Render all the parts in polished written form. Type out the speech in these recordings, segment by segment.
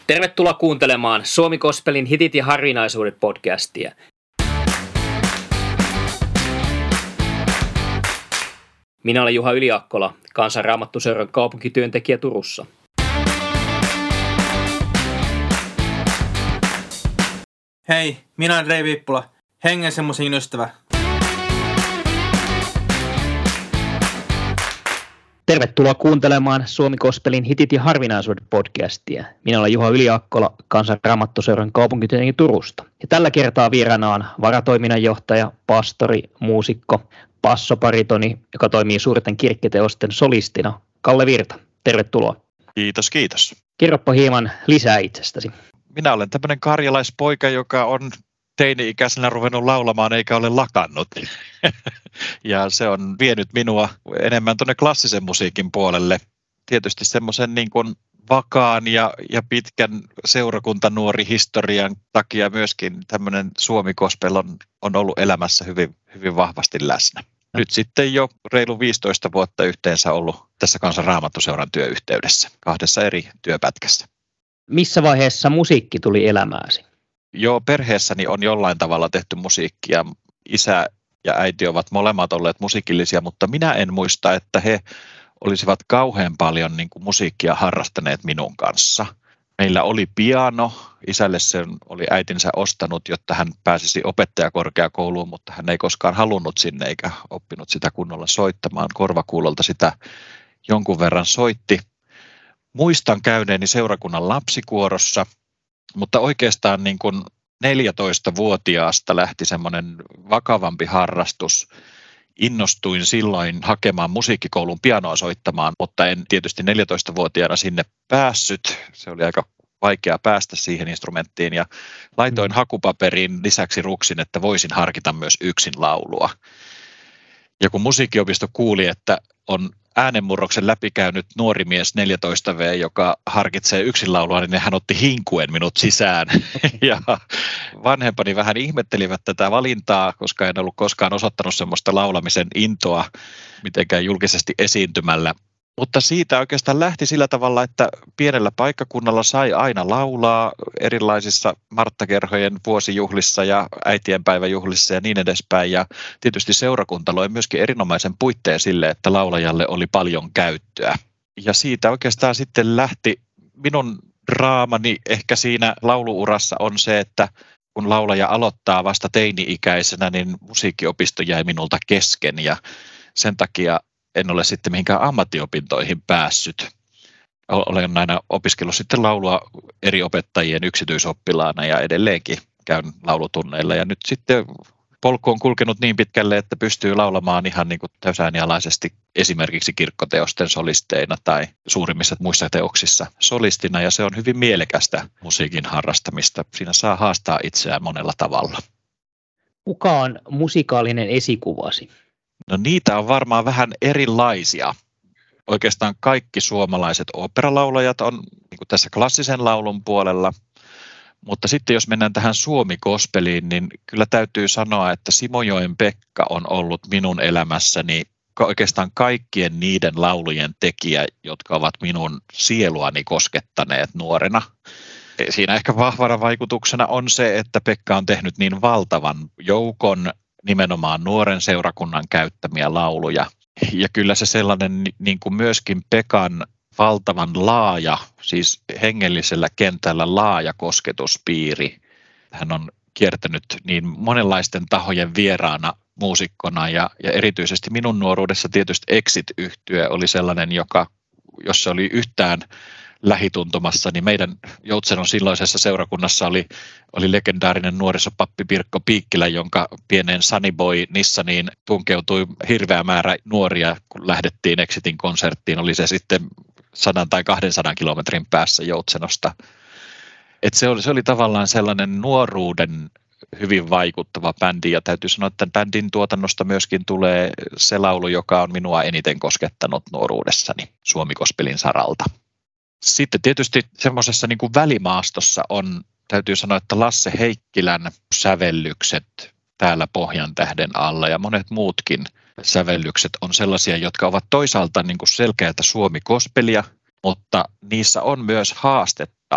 Tervetuloa kuuntelemaan Suomi Gospelin hitit ja harvinaisuudet podcastia. Minä olen Juha Yliakkola, Kansanraamattuseuran kaupunkityöntekijä Turussa. Hei, minä olen Rei Viippula, hengen semmoisen ystävä. Tervetuloa kuuntelemaan Suomi Gospelin hitit ja harvinaisuudet podcastia. Minä olen Juha Yliakkola, Kansanraamattuseuran kaupunkityöntekijä Turusta. Ja tällä kertaa vieraana on varatoiminnanjohtaja, pastori, muusikko, bassoparitoni, joka toimii suurten kirkkoteosten solistina, Kalle Virta. Tervetuloa. Kiitos. Kerropa hieman lisää itsestäsi. Minä olen tämmöinen karjalaispoika, joka on teini-ikäisenä ruvennut laulamaan eikä ole lakannut. Ja se on vienyt minua enemmän tuonne klassisen musiikin puolelle. Tietysti semmoisen niin kuin vakaan ja pitkän seurakuntanuorihistorian takia myöskin tämmöinen Suomi Gospel on ollut elämässä hyvin, hyvin vahvasti läsnä. Nyt sitten jo reilu 15 vuotta yhteensä ollut tässä Kansanraamattuseuran työyhteydessä, 2 eri työpätkässä. Missä vaiheessa musiikki tuli elämääsi? Joo, perheessäni on jollain tavalla tehty musiikkia. Isä ja äiti ovat molemmat olleet musiikillisia, mutta minä en muista, että he olisivat kauhean paljon niin kuin musiikkia harrastaneet minun kanssa. Meillä oli piano. Isälle sen oli äitinsä ostanut, jotta hän pääsisi opettajakorkeakouluun, mutta hän ei koskaan halunnut sinne eikä oppinut sitä kunnolla soittamaan. Korvakuulolta sitä jonkun verran soitti. Muistan käyneeni seurakunnan lapsikuorossa, mutta oikeastaan niin kuin 14-vuotiaasta lähti semmoinen vakavampi harrastus. Innostuin silloin hakemaan musiikkikoulun pianoa soittamaan, mutta en tietysti 14-vuotiaana sinne päässyt. Se oli aika vaikea päästä siihen instrumenttiin ja laitoin hakupaperiin lisäksi ruksin, että voisin harkita myös yksin laulua. Ja kun musiikkiopisto kuuli, että on äänenmurroksen läpikäynyt nuori mies 14V, joka harkitsee yksin laulua, niin hän otti hinkuen minut sisään. Ja vanhempani vähän ihmettelivät tätä valintaa, koska en ollut koskaan osoittanut semmoista laulamisen intoa mitenkään julkisesti esiintymällä. Mutta siitä oikeastaan lähti sillä tavalla, että pienellä paikkakunnalla sai aina laulaa erilaisissa Marttakerhojen vuosijuhlissa ja äitienpäiväjuhlissa ja niin edespäin. Ja tietysti seurakunta loi myöskin erinomaisen puitteen sille, että laulajalle oli paljon käyttöä. Ja siitä oikeastaan sitten lähti minun draamani ehkä siinä lauluurassa on se, että kun laulaja aloittaa vasta teini-ikäisenä, niin musiikkiopisto jäi minulta kesken ja sen takia en ole sitten mihinkään ammattiopintoihin päässyt. Olen aina opiskellut sitten laulua eri opettajien yksityisoppilaana ja edelleenkin käyn laulutunneilla. Ja nyt sitten polku on kulkenut niin pitkälle, että pystyy laulamaan ihan niin kuin täysäänialaisesti esimerkiksi kirkkoteosten solisteina tai suurimmissa muissa teoksissa solistina. Ja se on hyvin mielekästä musiikin harrastamista. Siinä saa haastaa itseään monella tavalla. Kuka on musikaalinen esikuvasi? No niitä on varmaan vähän erilaisia. Oikeastaan kaikki suomalaiset oopperalaulajat on niin kuin tässä klassisen laulun puolella, mutta sitten jos mennään tähän Suomi Gospeliin, niin kyllä täytyy sanoa, että Simojoen Pekka on ollut minun elämässäni oikeastaan kaikkien niiden laulujen tekijä, jotka ovat minun sieluani koskettaneet nuorena. Siinä ehkä vahvana vaikutuksena on se, että Pekka on tehnyt niin valtavan joukon nimenomaan nuoren seurakunnan käyttämiä lauluja. Ja kyllä se sellainen niin kuin myöskin Pekan valtavan laaja, siis hengellisellä kentällä laaja kosketuspiiri. Hän on kiertänyt niin monenlaisten tahojen vieraana muusikkona ja erityisesti minun nuoruudessa tietysti Exit-yhtye oli sellainen, jos se oli yhtään lähituntumassa, niin meidän Joutsenon silloisessa seurakunnassa oli legendaarinen nuorisopappi Pirkko Piikkilä, jonka pieneen Sunnyboy Nissaniin tunkeutui hirveä määrä nuoria, kun lähdettiin Exitin konserttiin, oli se sitten 100 tai 200 kilometrin päässä Joutsenosta. Et se oli tavallaan sellainen nuoruuden hyvin vaikuttava bändi, ja täytyy sanoa, että bändin tuotannosta myöskin tulee se laulu, joka on minua eniten koskettanut nuoruudessani Suomi Gospelin saralta. Sitten tietysti semmoisessa niin kuin välimaastossa täytyy sanoa, että Lasse Heikkilän sävellykset täällä Pohjantähden alla ja monet muutkin sävellykset on sellaisia, jotka ovat toisaalta niin kuin selkeätä Suomi Gospelia, mutta niissä on myös haastetta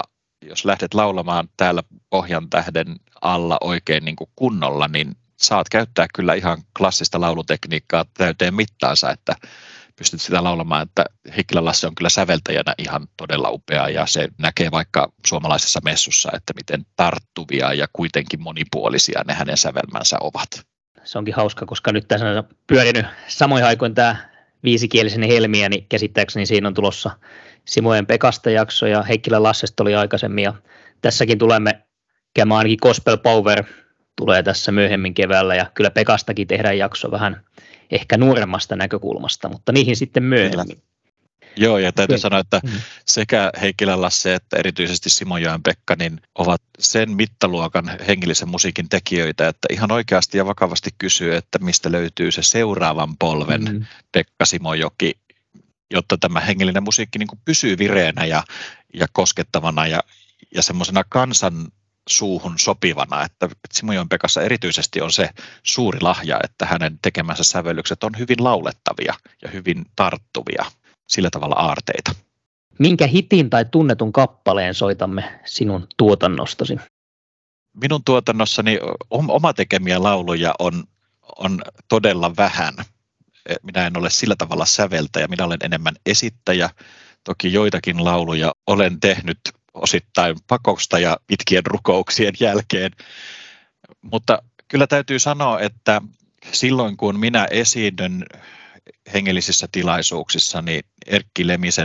jos lähdet laulamaan täällä Pohjan tähden alla oikein niin kuin kunnolla, niin saat käyttää kyllä ihan klassista laulutekniikkaa täyteen mittaansa, että pystyt sitä laulamaan, että Heikkilä Lasse on kyllä säveltäjänä ihan todella upea ja se näkee vaikka suomalaisessa messussa, että miten tarttuvia ja kuitenkin monipuolisia ne hänen sävelmänsä ovat. Se onkin hauska, koska nyt tässä on pyörinyt samoin aikoin tämä viisikielisen Helmiä, niin käsittääkseni siinä on tulossa Simojen Pekasta jakso ja Heikkilä Lassesta oli aikaisemmin ja tässäkin tulemme käymään ainakin Gospel Power tulee tässä myöhemmin keväällä ja kyllä Pekastakin tehdään jakso vähän ehkä nuoremmasta näkökulmasta, mutta niihin sitten myöhemmin. Joo, ja täytyy sanoa, että sekä Heikkilä Lasse että erityisesti Simojoen Pekka niin ovat sen mittaluokan hengellisen musiikin tekijöitä, että ihan oikeasti ja vakavasti kysyy, että mistä löytyy se seuraavan polven Pekka Simojoki, jotta tämä hengellinen musiikki niin kuin pysyy vireänä ja koskettavana ja semmoisena kansan suuhun sopivana, että Simojoen Pekassa erityisesti on se suuri lahja, että hänen tekemänsä sävellykset on hyvin laulettavia ja hyvin tarttuvia, sillä tavalla aarteita. Minkä hitin tai tunnetun kappaleen soitamme sinun tuotannostasi? Minun tuotannossani oma tekemiä lauluja on todella vähän. Minä en ole sillä tavalla säveltäjä, minä olen enemmän esittäjä. Toki joitakin lauluja olen tehnyt osittain pakosta ja pitkien rukouksien jälkeen, mutta kyllä täytyy sanoa, että silloin kun minä esiinnyn hengellisissä tilaisuuksissa, niin Erkki Lemisen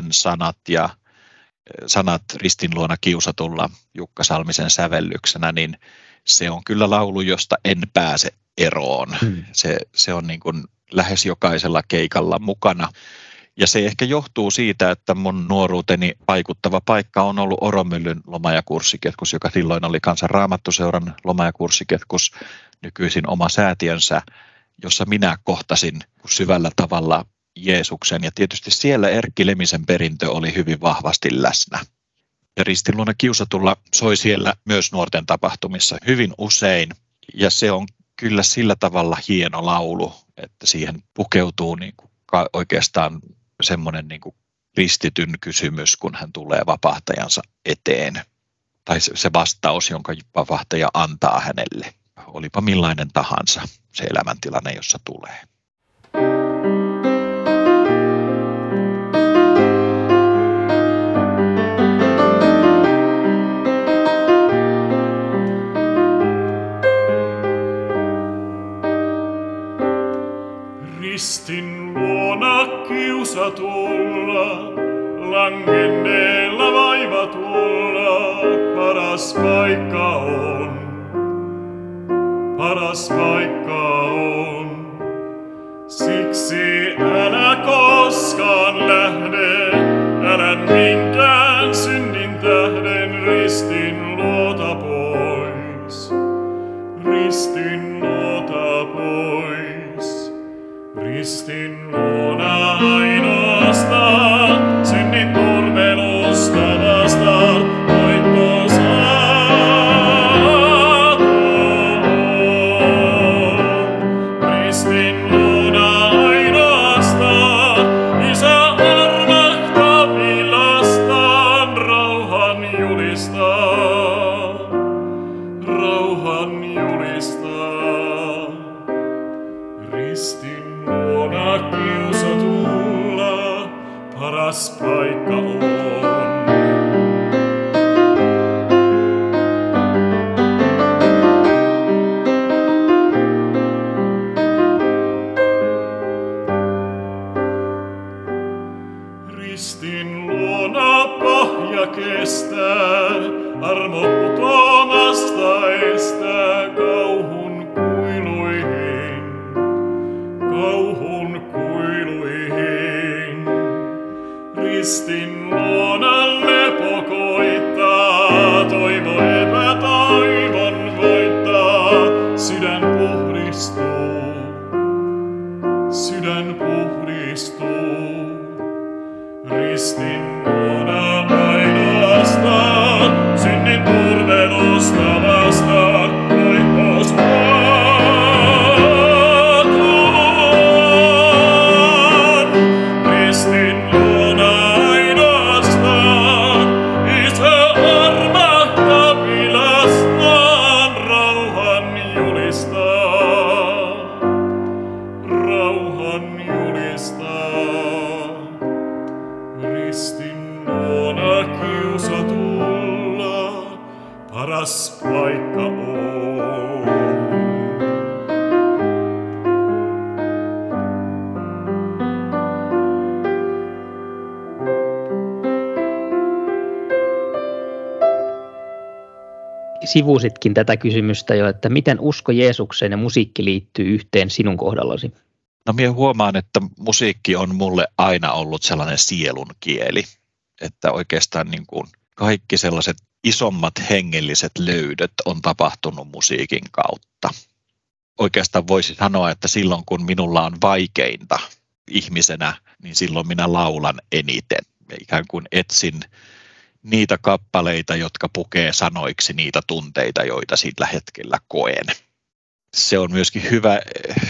sanat Ristin luona kiusatulla Jukka Salmisen sävellyksenä, niin se on kyllä laulu, josta en pääse eroon. Se on niin kuin lähes jokaisella keikalla mukana. Ja se ehkä johtuu siitä, että mun nuoruuteni vaikuttava paikka on ollut Oromyllyn loma- ja kurssikeskus, joka silloin oli Kansan Raamattuseuran loma- ja kurssikeskus, nykyisin oma säätiönsä, jossa minä kohtasin syvällä tavalla Jeesuksen. Ja tietysti siellä Erkki Lemisen perintö oli hyvin vahvasti läsnä. Ja Ristin luona kiusatulla soi siellä myös nuorten tapahtumissa hyvin usein. Ja se on kyllä sillä tavalla hieno laulu, että siihen pukeutuu niin kuin oikeastaan semmoinen niin kuin kristityn kysymys, kun hän tulee vapahtajansa eteen. Tai se vastaus, jonka vapahtaja antaa hänelle. Olipa millainen tahansa se elämäntilanne, jossa tulee. Ristin luona kiusatulla, langenneella vaivatulla, paras paikka on. Paras paikka on. Siksi älä koskaan lähde, älä minkään synnin tähden ristin luota pois. Ristin luota pois. Ristin luona ainoastaan, synnin turmelusta vastaan, voitto saatu on. Ristin luona ainoastaan, Isä armahtavi lastaan, rauhan julistaa, rauhan julistaa. Ristin luona kiusatulla paras paikka on. Ristin luona pohja kestää, armo putoamasta estää kauhun kuiluihin. Kauhun kuiluihin. Ristin luona lepo koittaa, toivo epätoivon voittaa. Sydän puhdistuu, sydän puhdistuu. Ristin luona ainoastaan, synnin turmelusta vastaan, voitto saatu on. Ristin luona ainoastaan, Isä armahtavi rakas paikka on. Sivusitkin tätä kysymystä jo, että miten usko Jeesukseen ja musiikki liittyy yhteen sinun kohdallasi? No minä huomaan, että musiikki on mulle aina ollut sellainen sielun kieli, että oikeastaan niin kuin kaikki sellaiset isommat hengelliset löydöt on tapahtunut musiikin kautta. Oikeastaan voisi sanoa, että silloin kun minulla on vaikeinta ihmisenä, niin silloin minä laulan eniten. Ikään kuin etsin niitä kappaleita, jotka pukee sanoiksi niitä tunteita, joita sillä hetkellä koen. Se on myöskin hyvä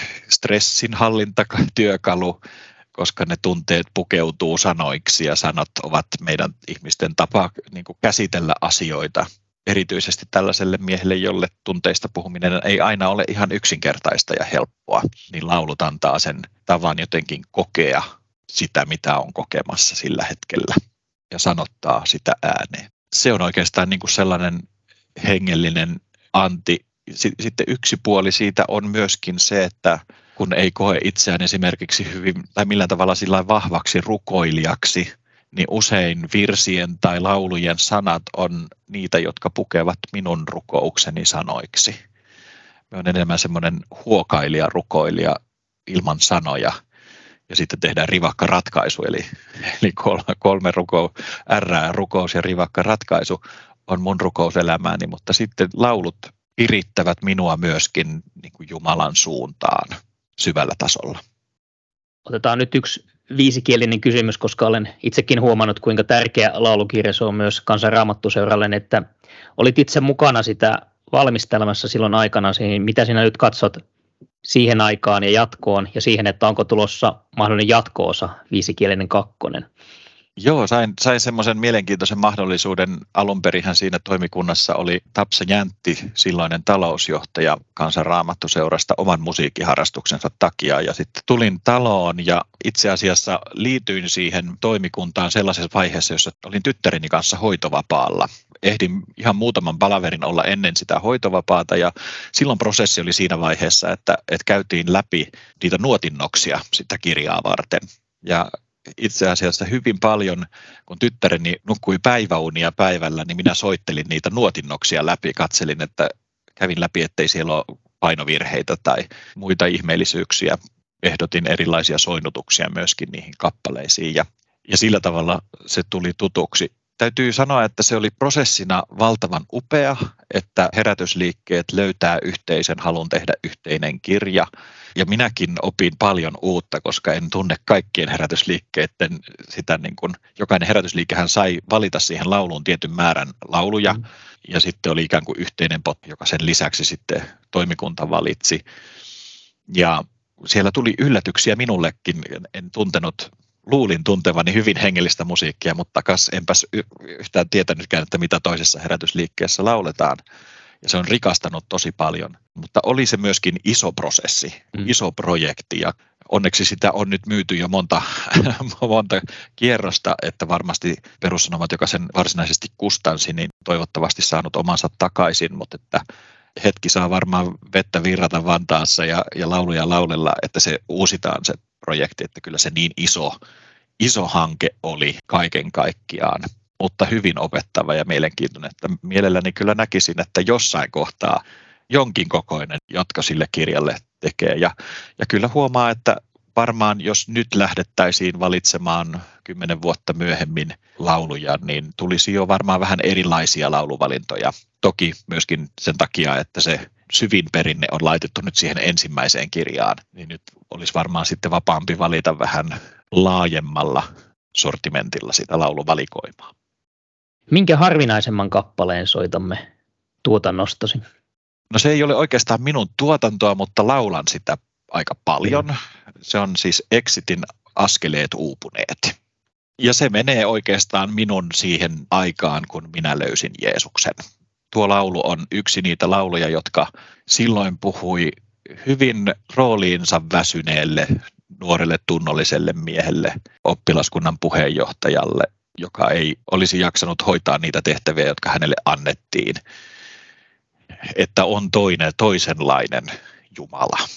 stressinhallintatyökalu, koska ne tunteet pukeutuu sanoiksi ja sanat ovat meidän ihmisten tapa niin kuin käsitellä asioita. Erityisesti tällaiselle miehelle, jolle tunteista puhuminen ei aina ole ihan yksinkertaista ja helppoa, niin laulut antaa sen tavan jotenkin kokea sitä, mitä on kokemassa sillä hetkellä ja sanottaa sitä ääneen. Se on oikeastaan niin kuin sellainen hengellinen anti. Sitten yksi puoli siitä on myöskin se, että kun ei koe itseään esimerkiksi hyvin tai millään tavalla sillä vahvaksi rukoilijaksi, niin usein virsien tai laulujen sanat on niitä, jotka pukevat minun rukoukseni sanoiksi. Mä olen enemmän semmoinen huokailija, rukoilija ilman sanoja. Ja sitten tehdään rivakka ratkaisu, eli kolme rukous ja rivakka ratkaisu on mun rukouselämääni, mutta sitten laulut virittävät minua myöskin niin kuin Jumalan suuntaan syvällä tasolla. Otetaan nyt yksi viisikielinen kysymys, koska olen itsekin huomannut, kuinka tärkeä laulukirja se on myös Kansan Raamattuseuralle, että olit itse mukana sitä valmistelemassa silloin aikana, mitä sinä nyt katsot siihen aikaan ja jatkoon ja siihen, että onko tulossa mahdollinen jatko-osa, viisikielinen kakkonen? Joo, sain semmoisen mielenkiintoisen mahdollisuuden. Alunperinhän siinä toimikunnassa oli Tapsa Jäntti, silloinen talousjohtaja Kansan Raamattuseurasta oman musiikkiharrastuksensa takia. Ja sitten tulin taloon ja itse asiassa liityin siihen toimikuntaan sellaisessa vaiheessa, jossa olin tyttäreni kanssa hoitovapaalla. Ehdin ihan muutaman palaverin olla ennen sitä hoitovapaata ja silloin prosessi oli siinä vaiheessa, että käytiin läpi niitä nuotinnoksia sitä kirjaa varten. Ja itse asiassa hyvin paljon, kun tyttäreni nukkui päiväunia päivällä, niin minä soittelin niitä nuotinnoksia läpi, katselin, että kävin läpi, ettei siellä ole painovirheitä tai muita ihmeellisyyksiä. Ehdotin erilaisia soinnutuksia myöskin niihin kappaleisiin ja sillä tavalla se tuli tutuksi. Täytyy sanoa, että se oli prosessina valtavan upea, että herätysliikkeet löytää yhteisen halun tehdä yhteinen kirja. Ja minäkin opin paljon uutta, koska en tunne kaikkien herätysliikkeiden sitä niin kuin, jokainen herätysliikehän sai valita siihen lauluun tietyn määrän lauluja. Ja sitten oli ikään kuin yhteinen potti, joka sen lisäksi sitten toimikunta valitsi. Ja siellä tuli yllätyksiä minullekin, en tuntenut. Luulin tuntevani hyvin hengellistä musiikkia, mutta enpäs yhtään tietänytkään, että mitä toisessa herätysliikkeessä lauletaan. Ja se on rikastanut tosi paljon, mutta oli se myöskin iso prosessi, iso projekti ja onneksi sitä on nyt myyty jo monta kierrosta, että varmasti Perussanomat, joka sen varsinaisesti kustansi, niin toivottavasti saanut omansa takaisin, mutta että hetki saa varmaan vettä virrata Vantaassa ja lauluja laulella, että se uusitaan se projekti, että kyllä se niin iso hanke oli kaiken kaikkiaan, mutta hyvin opettava ja mielenkiintoinen, että mielelläni kyllä näkisin, että jossain kohtaa jonkin kokoinen jatka sille kirjalle tekee ja kyllä huomaa, että varmaan jos nyt lähdettäisiin valitsemaan 10 vuotta myöhemmin lauluja, niin tulisi jo varmaan vähän erilaisia lauluvalintoja. Toki myöskin sen takia, että se syvin perinne on laitettu nyt siihen ensimmäiseen kirjaan, niin nyt olisi varmaan sitten vapaampi valita vähän laajemmalla sortimentilla sitä lauluvalikoimaa. Minkä harvinaisemman kappaleen soitamme tuotannostasi? No se ei ole oikeastaan minun tuotantoa, mutta laulan sitä aika paljon. Se on siis Exitin Askeleet uupuneet. Ja se menee oikeastaan minun siihen aikaan, kun minä löysin Jeesuksen. Tuo laulu on yksi niitä lauluja, jotka silloin puhui hyvin rooliinsa väsyneelle, nuorelle tunnolliselle miehelle, oppilaskunnan puheenjohtajalle, joka ei olisi jaksanut hoitaa niitä tehtäviä, jotka hänelle annettiin. että on toisenlainen Jumala,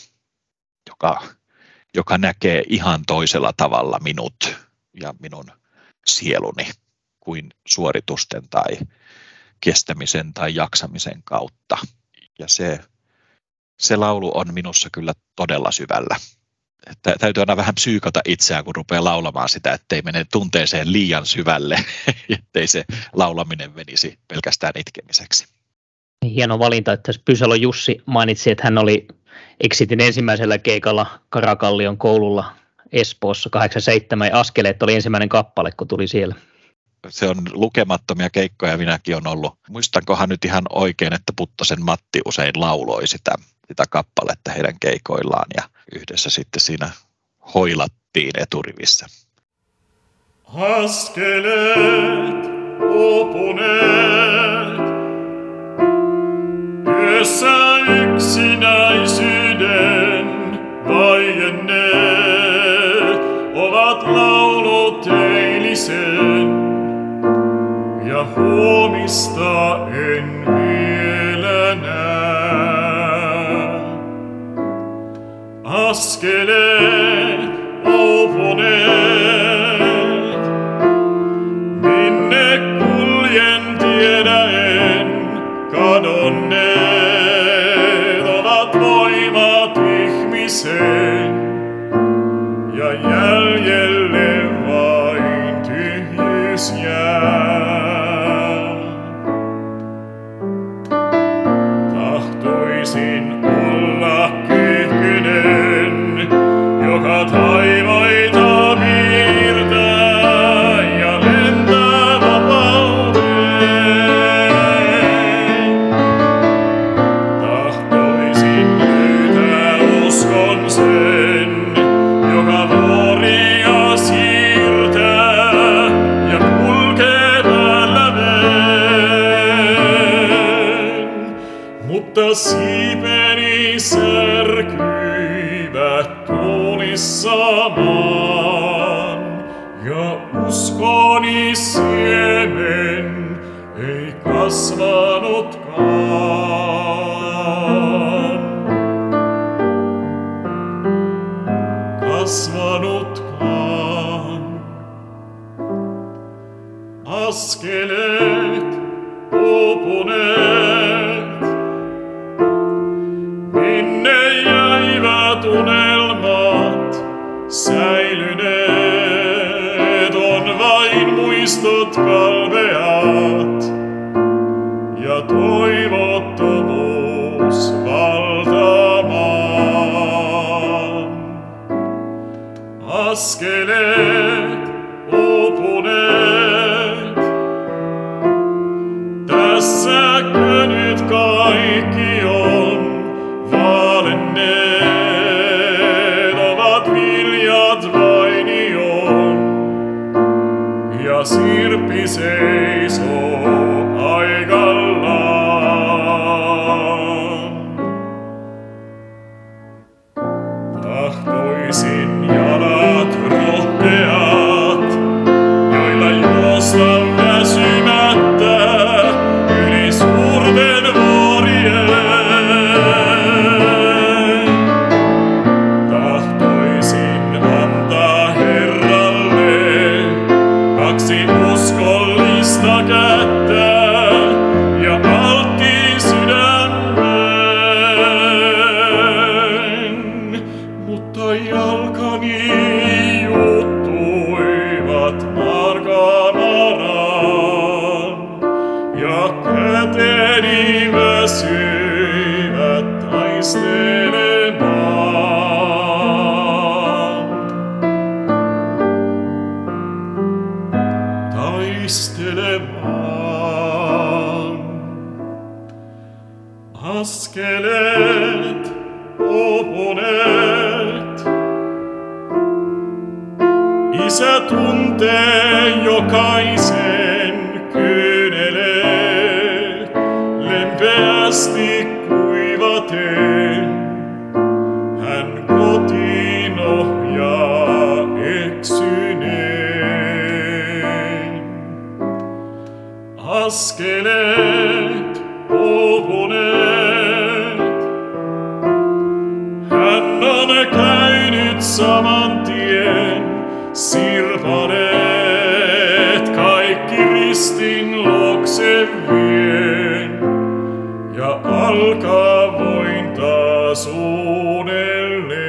joka näkee ihan toisella tavalla minut ja minun sieluni kuin suoritusten tai kestämisen tai jaksamisen kautta. Ja se laulu on minussa kyllä todella syvällä. Että täytyy aina vähän psyykata itseään, kun rupeaa laulamaan sitä, ettei mene tunteeseen liian syvälle, ettei se laulaminen venisi pelkästään itkemiseksi. Hieno valinta, että Pysalon Jussi mainitsi, että hän oli Exitin ensimmäisellä keikalla Karakallion koululla Espoossa 87 ja Askeleet oli ensimmäinen kappale, kun tuli siellä. Se on lukemattomia keikkoja, minäkin on ollut. Muistankohan nyt ihan oikein, että Puttosen Matti usein lauloi sitä kappaletta heidän keikoillaan ja yhdessä sitten siinä hoilattiin eturivissä. Askeleet uupuneet, yössä yksinäisyyden vaienneet, ovat laulut eilisen, ja huomista en vielä näe. Askeleet uupuneet, minne kuljen tiedä en, kadonneet ovat voimat ihmisen, ja jäljelle vain tyhjyys jää. Tahtoisin olla kyyhkynen, joka taivaita piirtää ja lentää vapauteen. Tahtoisin löytää uskon sen, joka vuoria siirtää ja kulkee päällä veen. Mutta siipeni särkyivät tuulissa maan, ja uskoni siemen ei kasvanutkaan. Askeleet uupuneet, minne jäivät unelmat säilyneet, on vain muistot kalpeat ja toivottomuus valtamaan. Askeleet uupuneet, tässäkö nyt kaikki on valenneet, ovat viljat vainion, ja sirppi seisoo paikallaan. Tahtoisin jalat rohkeat, joilla juosta väsymättä yli suurten vuorien. Tahtoisin antaa Herralle kaksi uskollista kättä ja alttiin sydämen, mutta jalkani juuttuivat markamaraan ja käteni väsyivät taistelemaan. Askeleet uupuneet, Isä tuntee jokaisen kyyneleet, lempeästi kuivaten hän kotiin ohjaa eksyneen. Askeleet uupuneet, ristin luokse vien ja alkaa voin taas uudelleen.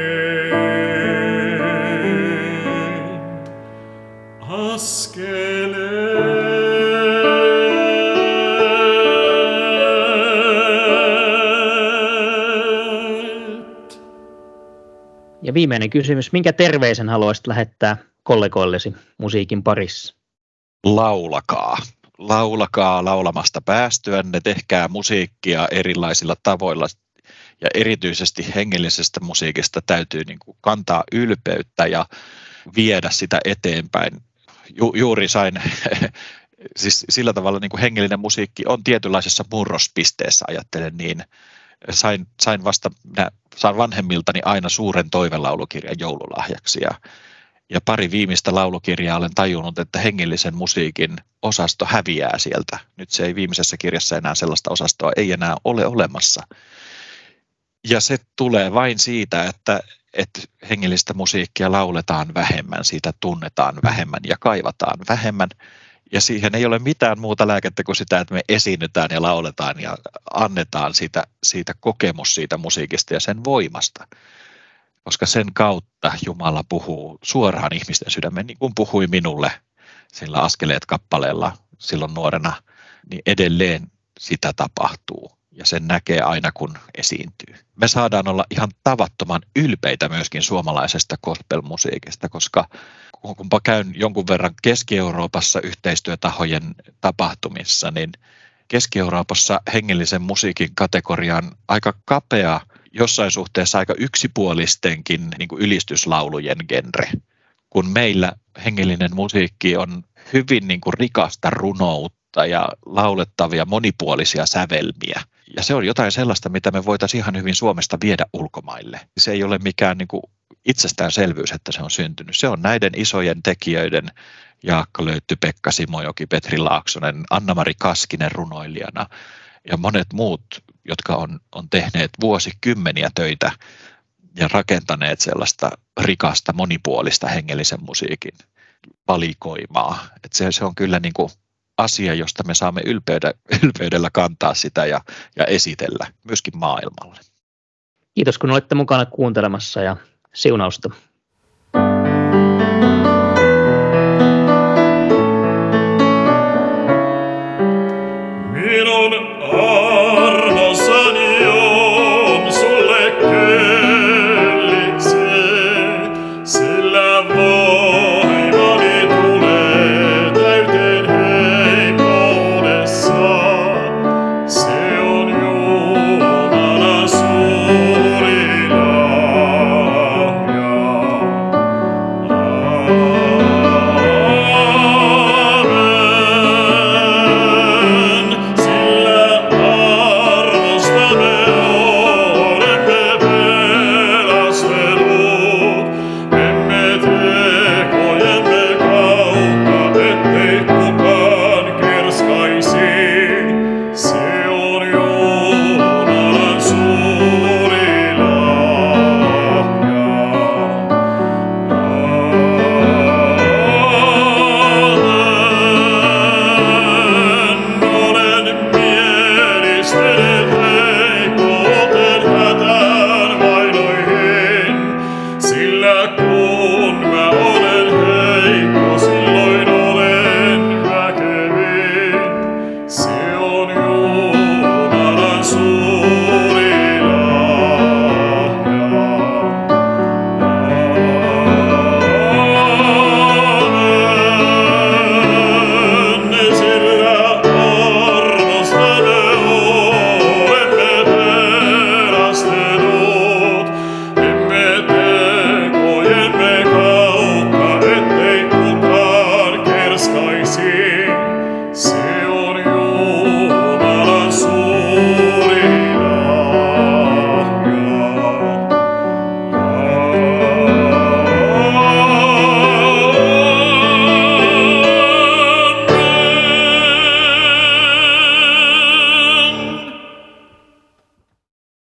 Ja viimeinen kysymys, minkä terveisen haluaisit lähettää kollegoillesi musiikin parissa? Laulakaa. Laulakaa laulamasta päästyänne, tehkää musiikkia erilaisilla tavoilla ja erityisesti hengellisestä musiikista täytyy niin kuin kantaa ylpeyttä ja viedä sitä eteenpäin. Juuri sain, siis sillä tavalla niin kuin hengellinen musiikki on tietynlaisessa murrospisteessä, ajattelen niin. Saan vanhemmiltani aina suuren toivelaulukirjan joululahjaksi ja pari viimeistä laulukirjaa olen tajunnut, että hengellisen musiikin osasto häviää sieltä. Nyt se ei viimeisessä kirjassa enää sellaista osastoa ei enää ole olemassa. Ja se tulee vain siitä, että hengellistä musiikkia lauletaan vähemmän, siitä tunnetaan vähemmän ja kaivataan vähemmän. Ja siihen ei ole mitään muuta lääkettä kuin sitä, että me esiinnytään ja lauletaan ja annetaan siitä kokemus siitä musiikista ja sen voimasta. Koska sen kautta Jumala puhuu suoraan ihmisten sydämeen, niin kuin puhui minulle sillä Askeleet-kappaleella silloin nuorena, niin edelleen sitä tapahtuu. Ja sen näkee aina, kun esiintyy. Me saadaan olla ihan tavattoman ylpeitä myöskin suomalaisesta gospel-musiikista, koska kunpa käyn jonkun verran Keski-Euroopassa yhteistyötahojen tapahtumissa, niin Keski-Euroopassa hengellisen musiikin kategoria on aika kapea, jossain suhteessa aika yksipuolistenkin niin kuin ylistyslaulujen genre. Kun meillä hengellinen musiikki on hyvin niin kuin rikasta runoutta ja laulettavia monipuolisia sävelmiä. Ja se on jotain sellaista, mitä me voitaisiin ihan hyvin Suomesta viedä ulkomaille. Se ei ole mikään niin kuin itsestäänselvyys, että se on syntynyt. Se on näiden isojen tekijöiden, Jaakko Löytty, Pekka Simojoki, Petri Laaksonen, Anna-Mari Kaskinen runoilijana ja monet muut, jotka on tehneet vuosikymmeniä töitä ja rakentaneet sellaista rikasta, monipuolista hengellisen musiikin valikoimaa. Että se on kyllä niin kuin asia, josta me saamme ylpeydellä kantaa sitä ja esitellä myöskin maailmalle. Kiitos kun olette mukana kuuntelemassa ja siunausta.